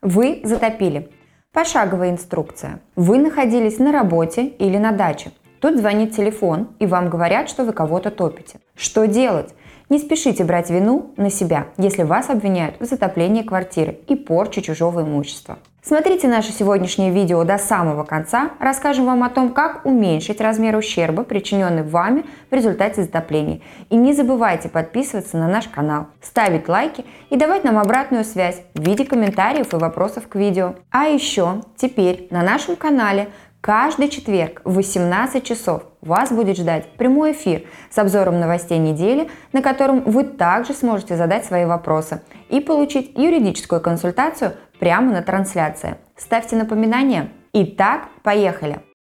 Вы затопили. Пошаговая инструкция. Вы находились на работе или на даче. Тут звонит телефон, и вам говорят, что вы кого-то топите. Что делать? Не спешите брать вину на себя, если вас обвиняют в затоплении квартиры и порче чужого имущества. Смотрите наше сегодняшнее видео до самого конца, расскажем вам о том, как уменьшить размер ущерба, причиненный вами в результате затопления. И не забывайте подписываться на наш канал, ставить лайки и давать нам обратную связь в виде комментариев и вопросов к видео. А еще теперь на нашем канале каждый четверг в 18 часов вас будет ждать прямой эфир с обзором новостей недели, на котором вы также сможете задать свои вопросы и получить юридическую консультацию прямо на трансляции. Ставьте напоминания. Итак, поехали!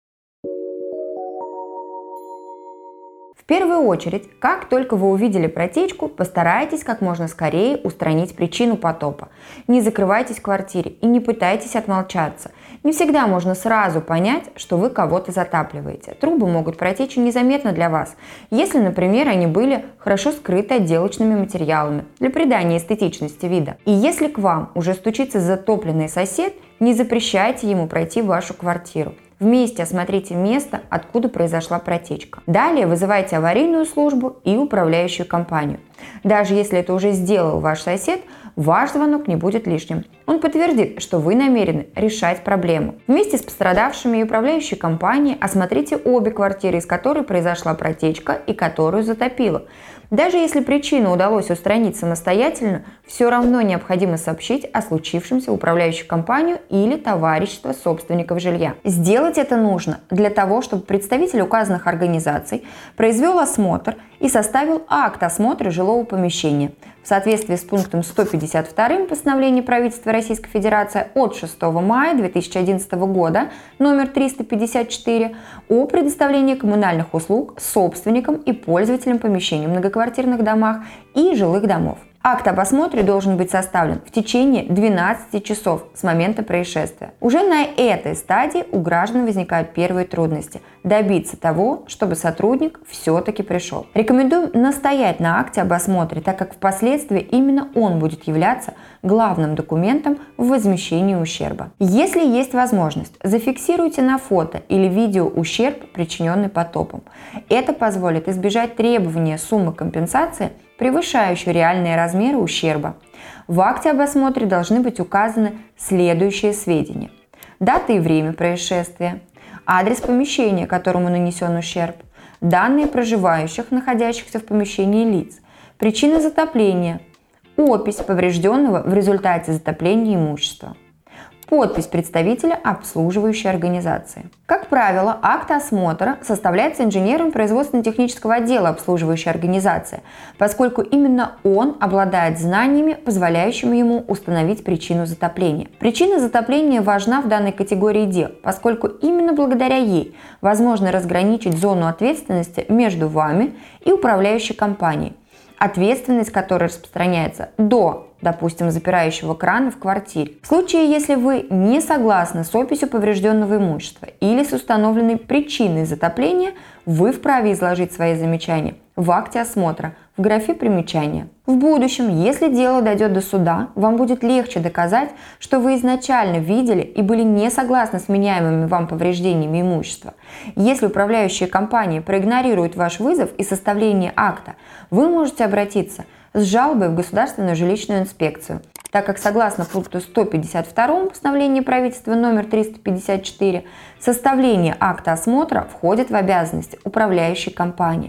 В первую очередь, как только вы увидели протечку, постарайтесь как можно скорее устранить причину потопа. Не закрывайтесь в квартире и не пытайтесь отмолчаться. Не всегда можно сразу понять, что вы кого-то затапливаете. Трубы могут протечь незаметно для вас, если, например, они были хорошо скрыты отделочными материалами для придания эстетичности вида. И если к вам уже стучится затопленный сосед, не запрещайте ему пройти в вашу квартиру. Вместе осмотрите место, откуда произошла протечка. Далее вызывайте аварийную службу и управляющую компанию. Даже если это уже сделал ваш сосед, ваш звонок не будет лишним. Он подтвердит, что вы намерены решать проблему. Вместе с пострадавшими и управляющей компанией осмотрите обе квартиры, из которой произошла протечка и которую затопило. Даже если причину удалось устранить самостоятельно, все равно необходимо сообщить о случившемся в управляющую компанию или товарищество собственников жилья. Сделать это нужно для того, чтобы представитель указанных организаций произвел осмотр и составил акт осмотра жилого помещения в соответствии с пунктом 152 постановления правительства Российской Федерации от 6 мая 2011 года номер 354 о предоставлении коммунальных услуг собственникам и пользователям помещений в многоквартирных домах и жилых домов. Акт об осмотре должен быть составлен в течение 12 часов с момента происшествия. Уже на этой стадии у граждан возникают первые трудности – добиться того, чтобы сотрудник все-таки пришел. Рекомендуем настоять на акте об осмотре, так как впоследствии именно он будет являться главным документом в возмещении ущерба. Если есть возможность, зафиксируйте на фото или видео ущерб, причиненный потопом. Это позволит избежать требования суммы компенсации, превышающую реальные размеры ущерба. В акте об осмотре должны быть указаны следующие сведения: дата и время происшествия, адрес помещения, которому нанесен ущерб, данные проживающих, находящихся в помещении лиц, причина затопления, опись поврежденного в результате затопления имущества, подпись представителя обслуживающей организации. Как правило, акт осмотра составляется инженером производственно-технического отдела обслуживающей организации, поскольку именно он обладает знаниями, позволяющими ему установить причину затопления. Причина затопления важна в данной категории дел, поскольку именно благодаря ей возможно разграничить зону ответственности между вами и управляющей компанией, ответственность которой распространяется до, допустим, запирающего крана в квартире. В случае, если вы не согласны с описью поврежденного имущества или с установленной причиной затопления, вы вправе изложить свои замечания в акте осмотра в графе примечания. В будущем, если дело дойдет до суда, вам будет легче доказать, что вы изначально видели и были не согласны с меняемыми вам повреждениями имущества. Если управляющая компания проигнорирует ваш вызов и составление акта, вы можете обратиться с жалобой в Государственную жилищную инспекцию, так как согласно пункту 152 постановления правительства номер 354 составление акта осмотра входит в обязанности управляющей компании.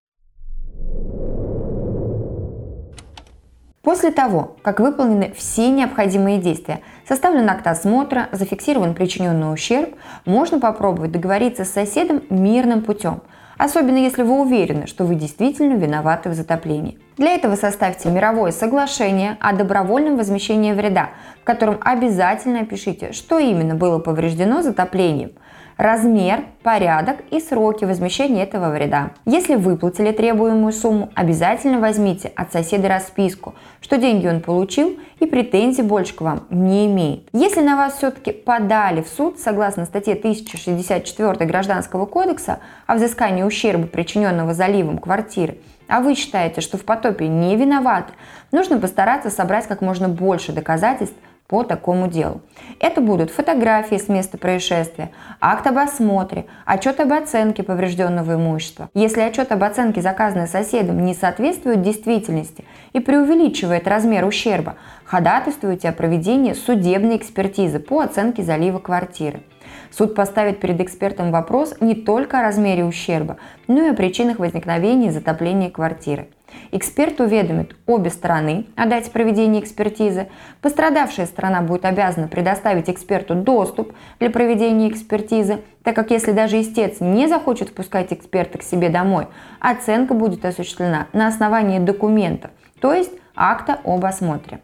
После того, как выполнены все необходимые действия, составлен акт осмотра, зафиксирован причиненный ущерб, можно попробовать договориться с соседом мирным путем, особенно если вы уверены, что вы действительно виноваты в затоплении. Для этого составьте мировое соглашение о добровольном возмещении вреда, в котором обязательно опишите, что именно было повреждено затоплением, размер, порядок и сроки возмещения этого вреда. Если выплатили требуемую сумму, обязательно возьмите от соседа расписку, что деньги он получил и претензий больше к вам не имеет. Если на вас все-таки подали в суд согласно статье 1064 Гражданского кодекса о взыскании ущерба, причиненного заливом квартиры, а вы считаете, что в потопе не виноваты, нужно постараться собрать как можно больше доказательств по такому делу. Это будут фотографии с места происшествия, акт об осмотре, отчет об оценке поврежденного имущества. Если отчет об оценке, заказанный соседом, не соответствует действительности и преувеличивает размер ущерба, ходатайствуйте о проведении судебной экспертизы по оценке залива квартиры. Суд поставит перед экспертом вопрос не только о размере ущерба, но и о причинах возникновения затопления квартиры. Эксперт уведомит обе стороны о дате проведения экспертизы. Пострадавшая сторона будет обязана предоставить эксперту доступ для проведения экспертизы, так как если даже истец не захочет впускать эксперта к себе домой, оценка будет осуществлена на основании документа, то есть акта об осмотре.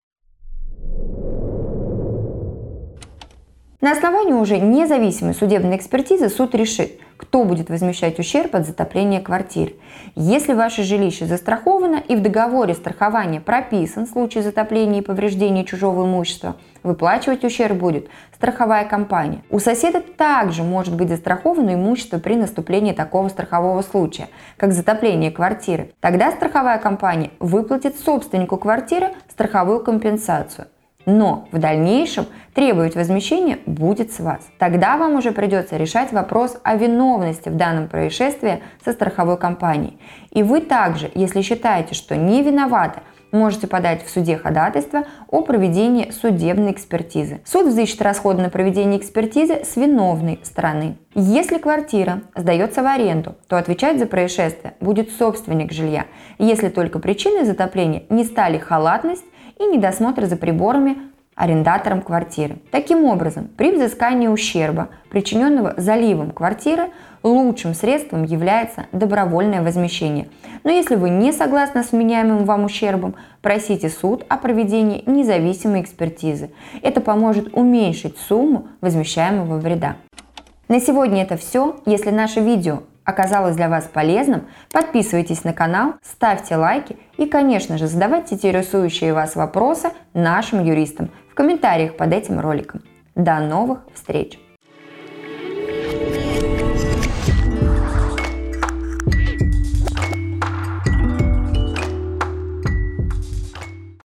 На основании уже независимой судебной экспертизы суд решит, кто будет возмещать ущерб от затопления квартиры. Если ваше жилище застраховано и в договоре страхования прописан случай затопления и повреждения чужого имущества, выплачивать ущерб будет страховая компания. У соседа также может быть застраховано имущество при наступлении такого страхового случая, как затопление квартиры. Тогда страховая компания выплатит собственнику квартиры страховую компенсацию. Но в дальнейшем требовать возмещения будет с вас. Тогда вам уже придется решать вопрос о виновности в данном происшествии со страховой компанией. И вы также, если считаете, что не виноваты, можете подать в суде ходатайство о проведении судебной экспертизы. Суд взыщет расходы на проведение экспертизы с виновной стороны. Если квартира сдается в аренду, то отвечать за происшествие будет собственник жилья, если только причиной затопления не стали халатность и недосмотр за приборами арендатором квартиры. Таким образом, при взыскании ущерба, причиненного заливом квартиры, лучшим средством является добровольное возмещение. Но если вы не согласны с вменяемым вам ущербом, просите суд о проведении независимой экспертизы. Это поможет уменьшить сумму возмещаемого вреда. На сегодня это все. Если наше видео оказалось для вас полезным, подписывайтесь на канал, ставьте лайки и, конечно же, задавайте интересующие вас вопросы нашим юристам в комментариях под этим роликом. До новых встреч!